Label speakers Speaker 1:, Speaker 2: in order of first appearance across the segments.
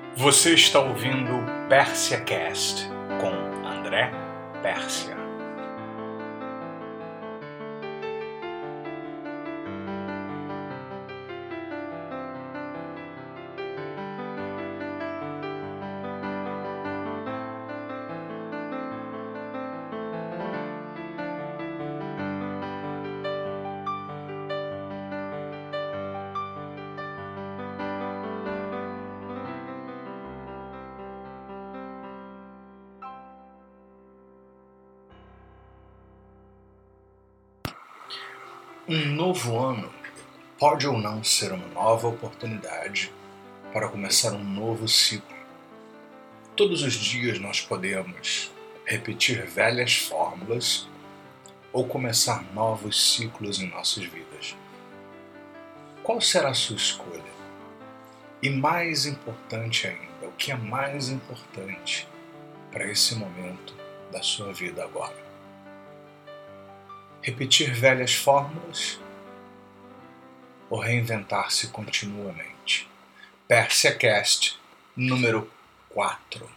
Speaker 1: Você está ouvindo o PérsiaCast com André Pérsia. Um novo ano pode ou não ser uma nova oportunidade para começar um novo ciclo. Todos os dias nós podemos repetir velhas fórmulas ou começar novos ciclos em nossas vidas. Qual será a sua escolha? E mais importante ainda, o que é mais importante para esse momento da sua vida agora? Repetir velhas fórmulas ou reinventar-se continuamente? PérsiaCast número 4.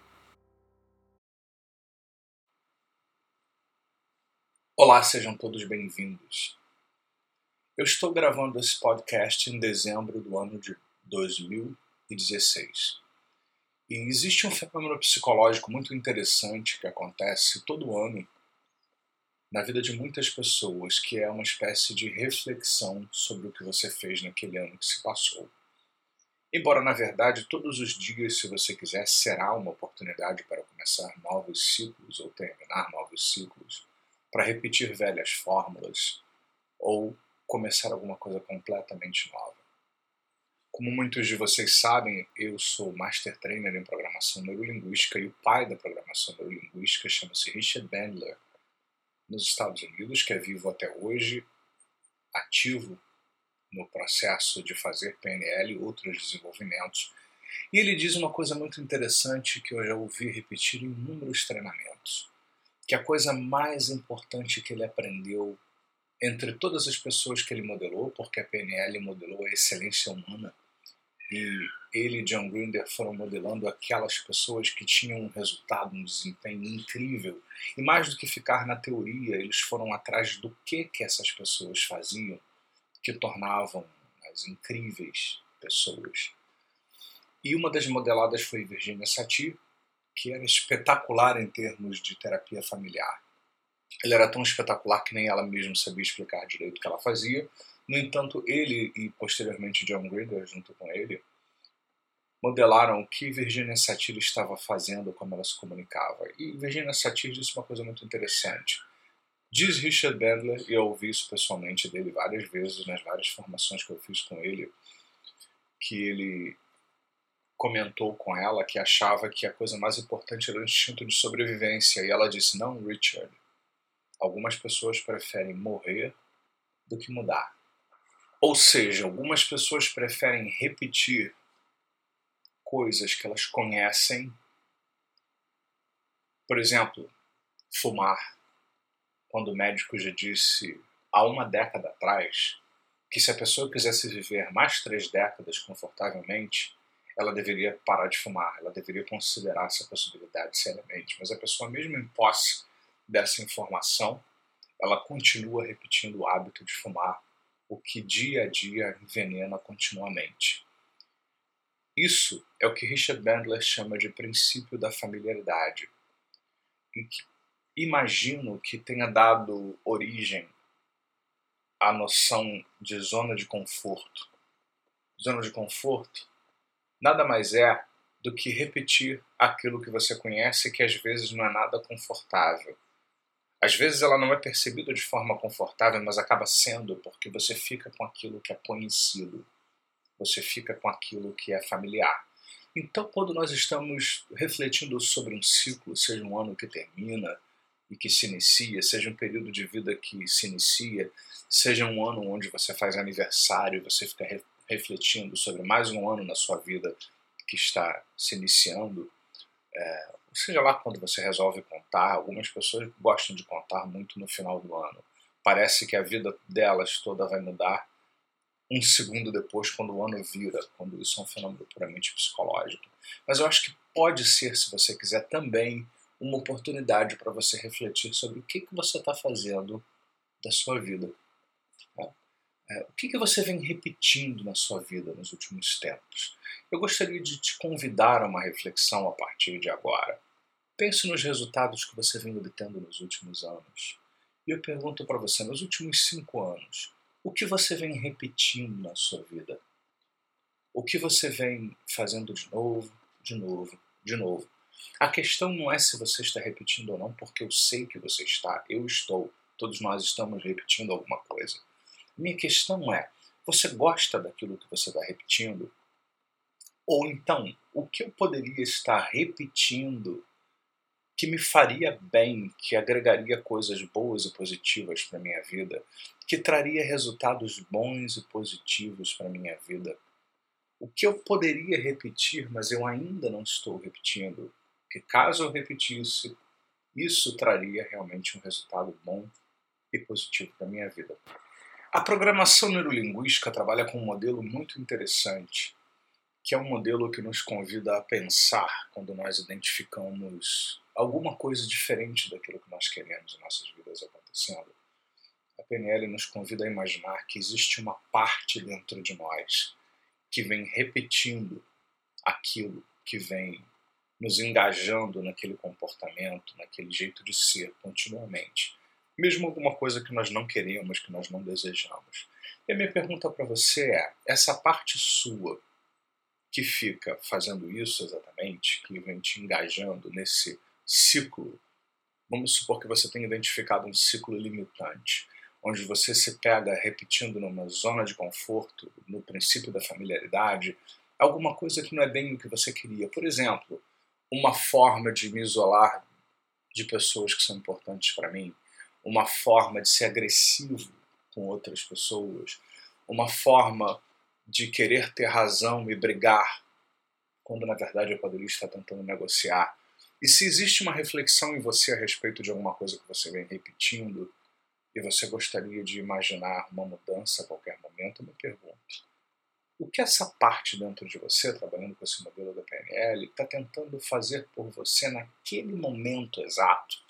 Speaker 1: Olá, sejam todos bem-vindos. Eu estou gravando esse podcast em dezembro do ano de 2016. E existe um fenômeno psicológico muito interessante que acontece todo ano na vida de muitas pessoas, que é uma espécie de reflexão sobre o que você fez naquele ano que se passou. Embora, na verdade, todos os dias, se você quiser, será uma oportunidade para começar novos ciclos ou terminar novos ciclos, para repetir velhas fórmulas ou começar alguma coisa completamente nova. Como muitos de vocês sabem, eu sou Master Trainer em Programação Neurolinguística e o pai da Programação Neurolinguística chama-se Richard Bandler, nos Estados Unidos, que é vivo até hoje, ativo no processo de fazer PNL e outros desenvolvimentos. E ele diz uma coisa muito interessante que eu já ouvi repetir em inúmeros treinamentos, que a coisa mais importante que ele aprendeu entre todas as pessoas que ele modelou, porque a PNL modelou a excelência humana, e ele e John Grinder foram modelando aquelas pessoas que tinham um resultado, um desempenho incrível. E mais do que ficar na teoria, eles foram atrás do que essas pessoas faziam que tornavam as incríveis pessoas. E uma das modeladas foi Virginia Satir, que era espetacular em termos de terapia familiar. Ela era tão espetacular que nem ela mesma sabia explicar direito o que ela fazia. No entanto, ele e posteriormente John Grinder, junto com ele, modelaram o que Virginia Satir estava fazendo, como ela se comunicava. E Virginia Satir disse uma coisa muito interessante. Diz Richard Bandler, e eu ouvi isso pessoalmente dele várias vezes nas várias formações que eu fiz com ele, que ele comentou com ela que achava que a coisa mais importante era o instinto de sobrevivência. E ela disse, não, Richard, algumas pessoas preferem morrer do que mudar. Ou seja, algumas pessoas preferem repetir coisas que elas conhecem. Por exemplo, fumar. Quando o médico já disse há uma década atrás que se a pessoa quisesse viver mais 3 décadas confortavelmente, ela deveria parar de fumar, ela deveria considerar essa possibilidade seriamente. Mas a pessoa, mesmo em posse dessa informação, ela continua repetindo o hábito de fumar, o que dia a dia envenena continuamente. Isso é o que Richard Bandler chama de princípio da familiaridade, e que imagino que tenha dado origem à noção de zona de conforto. Zona de conforto nada mais é do que repetir aquilo que você conhece, que às vezes não é nada confortável. Às vezes ela não é percebida de forma confortável, mas acaba sendo, porque você fica com aquilo que é conhecido. Você fica com aquilo que é familiar. Então, quando nós estamos refletindo sobre um ciclo, seja um ano que termina e que se inicia, seja um período de vida que se inicia, seja um ano onde você faz aniversário e você fica refletindo sobre mais um ano na sua vida que está se iniciando, seja lá quando você resolve contar. Algumas pessoas gostam de contar muito no final do ano. Parece que a vida delas toda vai mudar um segundo depois, quando o ano vira, quando isso é um fenômeno puramente psicológico. Mas eu acho que pode ser, se você quiser, também uma oportunidade para você refletir sobre o que você está fazendo da sua vida. Né? O que você vem repetindo na sua vida nos últimos tempos? Eu gostaria de te convidar a uma reflexão a partir de agora. Pense nos resultados que você vem obtendo nos últimos anos. E eu pergunto para você, nos últimos 5 anos, o que você vem repetindo na sua vida? O que você vem fazendo de novo, de novo, de novo? A questão não é se você está repetindo ou não, porque eu sei que você está, eu estou, todos nós estamos repetindo alguma coisa. Minha questão é, você gosta daquilo que você está repetindo? Ou então, o que eu poderia estar repetindo que me faria bem, que agregaria coisas boas e positivas para a minha vida, que traria resultados bons e positivos para a minha vida? O que eu poderia repetir, mas eu ainda não estou repetindo, que caso eu repetisse, isso traria realmente um resultado bom e positivo para a minha vida. A programação neurolinguística trabalha com um modelo muito interessante, que é um modelo que nos convida a pensar quando nós identificamos alguma coisa diferente daquilo que nós queremos em nossas vidas acontecendo. A PNL nos convida a imaginar que existe uma parte dentro de nós que vem repetindo aquilo, que vem nos engajando naquele comportamento, naquele jeito de ser continuamente. Mesmo alguma coisa que nós não queremos, que nós não desejamos. E a minha pergunta para você é, essa parte sua que fica fazendo isso exatamente, que vem te engajando nesse ciclo, vamos supor que você tenha identificado um ciclo limitante, onde você se pega repetindo numa zona de conforto, no princípio da familiaridade, alguma coisa que não é bem o que você queria. Por exemplo, uma forma de me isolar de pessoas que são importantes para mim, uma forma de ser agressivo com outras pessoas, uma forma de querer ter razão e brigar, quando na verdade eu poderia estar tentando negociar. E se existe uma reflexão em você a respeito de alguma coisa que você vem repetindo e você gostaria de imaginar uma mudança a qualquer momento, eu me pergunto, o que essa parte dentro de você, trabalhando com esse modelo da PNL, está tentando fazer por você naquele momento exato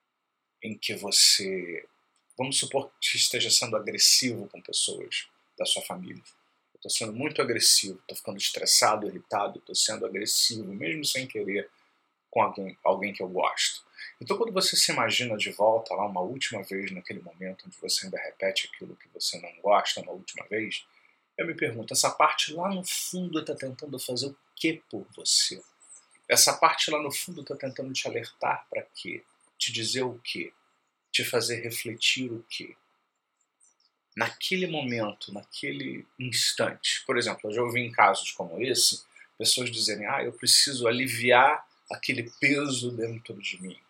Speaker 1: em que você, vamos supor que esteja sendo agressivo com pessoas da sua família. Eu estou sendo muito agressivo, estou ficando estressado, irritado, estou sendo agressivo, mesmo sem querer, com alguém que eu gosto. Então, quando você se imagina de volta lá uma última vez, naquele momento onde você ainda repete aquilo que você não gosta uma última vez, eu me pergunto, essa parte lá no fundo está tentando fazer o que por você? Essa parte lá no fundo está tentando te alertar para quê? Te dizer o quê? Te fazer refletir o quê? Naquele momento, naquele instante. Por exemplo, eu já ouvi em casos como esse, pessoas dizerem, eu preciso aliviar aquele peso dentro de mim.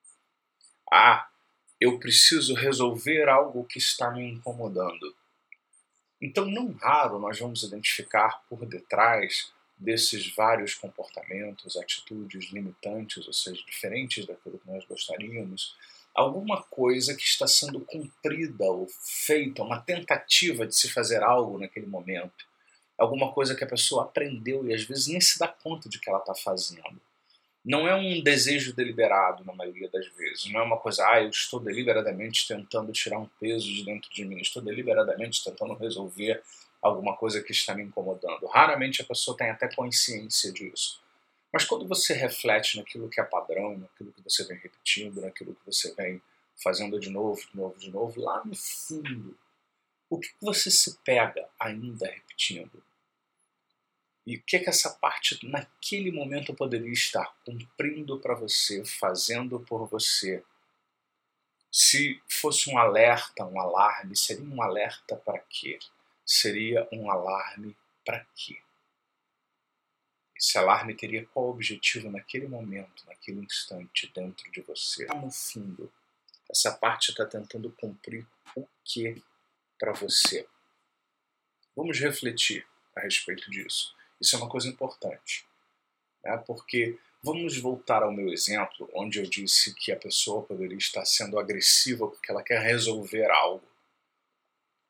Speaker 1: Eu preciso resolver algo que está me incomodando. Então, não raro, nós vamos identificar por detrás desses vários comportamentos, atitudes limitantes, ou seja, diferentes daquilo que nós gostaríamos, alguma coisa que está sendo cumprida ou feita, uma tentativa de se fazer algo naquele momento. Alguma coisa que a pessoa aprendeu e às vezes nem se dá conta de que ela está fazendo. Não é um desejo deliberado na maioria das vezes. Não é uma coisa, eu estou deliberadamente tentando tirar um peso de dentro de mim. Estou deliberadamente tentando resolver alguma coisa que está me incomodando. Raramente a pessoa tem até consciência disso. Mas quando você reflete naquilo que é padrão, naquilo que você vem repetindo, naquilo que você vem fazendo de novo, de novo, de novo, lá no fundo, o que você se pega ainda repetindo? E o que essa parte naquele momento poderia estar cumprindo para você, fazendo por você? Se fosse um alerta, um alarme, seria um alerta para quê? Seria um alarme para quê? Esse alarme teria qual objetivo naquele momento, naquele instante, dentro de você? No fundo, essa parte está tentando cumprir o que para você? Vamos refletir a respeito disso. Isso é uma coisa importante, né? Porque vamos voltar ao meu exemplo, onde eu disse que a pessoa poderia estar sendo agressiva porque ela quer resolver algo.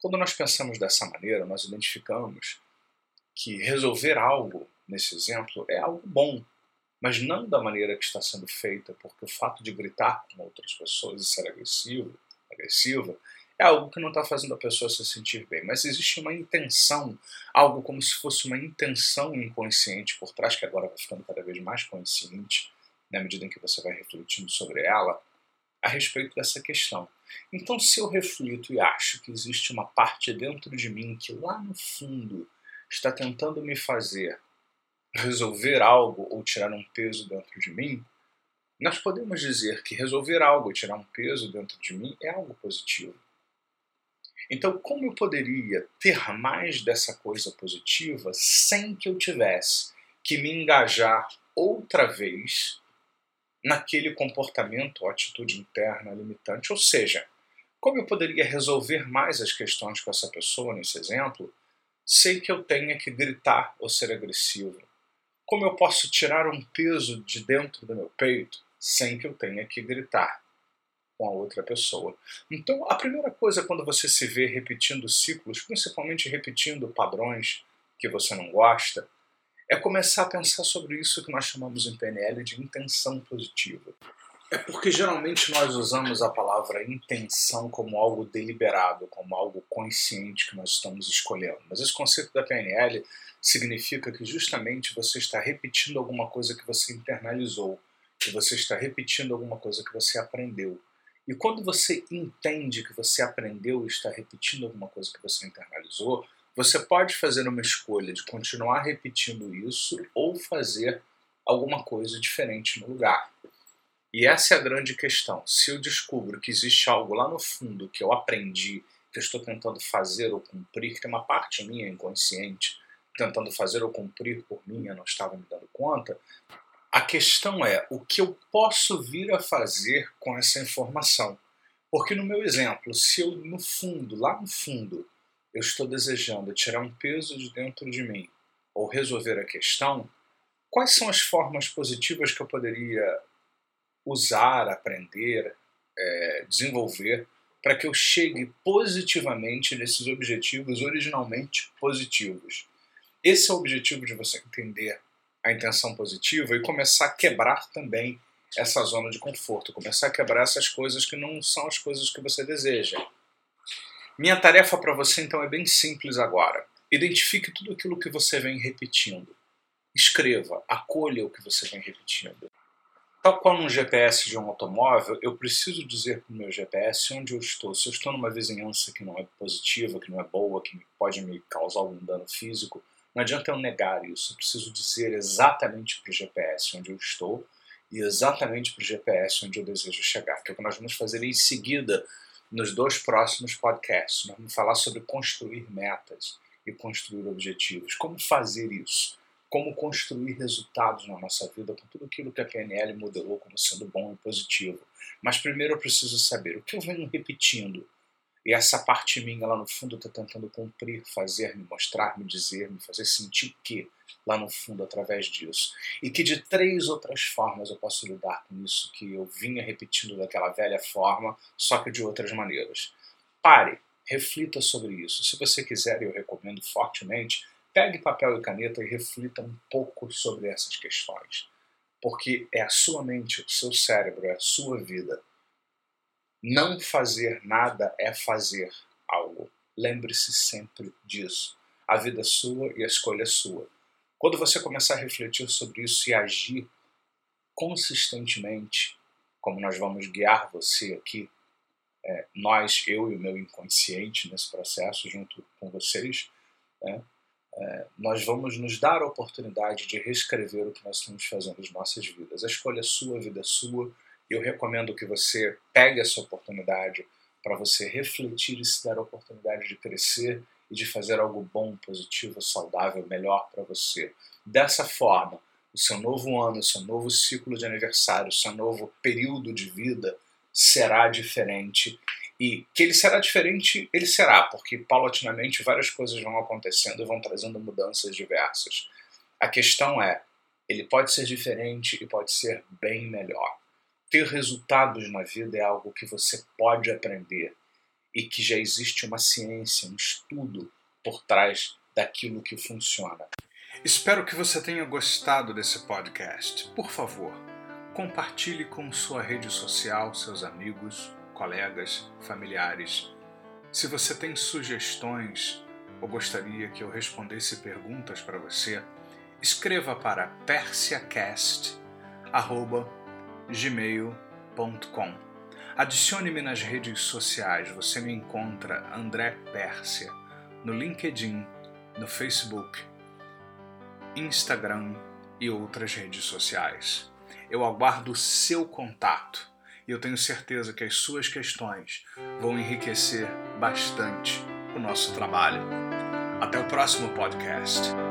Speaker 1: Quando nós pensamos dessa maneira, nós identificamos que resolver algo, nesse exemplo, é algo bom, mas não da maneira que está sendo feita, porque o fato de gritar com outras pessoas e ser agressiva, é algo que não está fazendo a pessoa se sentir bem. Mas existe uma intenção, algo como se fosse uma intenção inconsciente por trás, que agora vai ficando cada vez mais consciente, na medida em que você vai refletindo sobre ela, a respeito dessa questão. Então, se eu reflito e acho que existe uma parte dentro de mim que lá no fundo está tentando me fazer resolver algo ou tirar um peso dentro de mim, nós podemos dizer que resolver algo e tirar um peso dentro de mim é algo positivo. Então, como eu poderia ter mais dessa coisa positiva sem que eu tivesse que me engajar outra vez naquele comportamento ou atitude interna limitante? Ou seja, como eu poderia resolver mais as questões com essa pessoa, nesse exemplo, sem que eu tenha que gritar ou ser agressivo? Como eu posso tirar um peso de dentro do meu peito sem que eu tenha que gritar com a outra pessoa? Então, a primeira coisa quando você se vê repetindo ciclos, principalmente repetindo padrões que você não gosta, é começar a pensar sobre isso que nós chamamos em PNL de intenção positiva. É porque geralmente nós usamos a palavra intenção como algo deliberado, como algo consciente que nós estamos escolhendo. Mas esse conceito da PNL significa que justamente você está repetindo alguma coisa que você internalizou, que você está repetindo alguma coisa que você aprendeu. E quando você entende que você aprendeu e está repetindo alguma coisa que você internalizou, você pode fazer uma escolha de continuar repetindo isso ou fazer alguma coisa diferente no lugar. E essa é a grande questão. Se eu descubro que existe algo lá no fundo que eu aprendi, que eu estou tentando fazer ou cumprir, que tem uma parte minha inconsciente tentando fazer ou cumprir por mim, eu não estava me dando conta, a questão é o que eu posso vir a fazer com essa informação. Porque no meu exemplo, se eu no fundo, lá no fundo, eu estou desejando tirar um peso de dentro de mim ou resolver a questão, quais são as formas positivas que eu poderia usar, aprender, desenvolver para que eu chegue positivamente nesses objetivos originalmente positivos? Esse é o objetivo de você entender a intenção positiva e começar a quebrar também essa zona de conforto, começar a quebrar essas coisas que não são as coisas que você deseja. Minha tarefa para você então é bem simples agora. Identifique tudo aquilo que você vem repetindo. Escreva, acolha o que você vem repetindo. Tal qual num GPS de um automóvel, eu preciso dizer para o meu GPS onde eu estou. Se eu estou numa vizinhança que não é positiva, que não é boa, que pode me causar algum dano físico, não adianta eu negar isso. Eu preciso dizer exatamente para o GPS onde eu estou e exatamente para o GPS onde eu desejo chegar, que é o que nós vamos fazer em seguida nos 2 próximos podcasts. Nós vamos falar sobre construir metas e construir objetivos. Como fazer isso? Como construir resultados na nossa vida com tudo aquilo que a PNL modelou como sendo bom e positivo. Mas primeiro eu preciso saber o que eu venho repetindo. E essa parte minha lá no fundo está tentando cumprir, fazer, me mostrar, me dizer, me fazer sentir o que lá no fundo através disso. E que de 3 outras formas eu posso lidar com isso que eu vinha repetindo daquela velha forma, só que de outras maneiras. Pare, reflita sobre isso. Se você quiser, eu recomendo fortemente, pegue papel e caneta e reflita um pouco sobre essas questões. Porque é a sua mente, o seu cérebro, é a sua vida. Não fazer nada é fazer algo. Lembre-se sempre disso. A vida é sua e a escolha é sua. Quando você começar a refletir sobre isso e agir consistentemente, como nós vamos guiar você aqui, nós, eu e o meu inconsciente nesse processo, junto com vocês, nós vamos nos dar a oportunidade de reescrever o que nós estamos fazendo nas nossas vidas. A escolha é sua, a vida é sua. Eu recomendo que você pegue essa oportunidade para você refletir e se dar a oportunidade de crescer e de fazer algo bom, positivo, saudável, melhor para você. Dessa forma, o seu novo ano, o seu novo ciclo de aniversário, o seu novo período de vida será diferente. E que ele será diferente, ele será, porque paulatinamente várias coisas vão acontecendo e vão trazendo mudanças diversas. A questão é, ele pode ser diferente e pode ser bem melhor. Ter resultados na vida é algo que você pode aprender. e que já existe uma ciência, um estudo por trás daquilo que funciona. Espero que você tenha gostado desse podcast. Por favor, compartilhe com sua rede social, seus amigos, colegas, familiares. Se você tem sugestões ou gostaria que eu respondesse perguntas para você, escreva para persiacast@gmail.com. Adicione-me nas redes sociais. Você me encontra André Pérsia no LinkedIn, no Facebook, Instagram e outras redes sociais. Eu aguardo o seu contato e eu tenho certeza que as suas questões vão enriquecer bastante o nosso trabalho. Até o próximo podcast.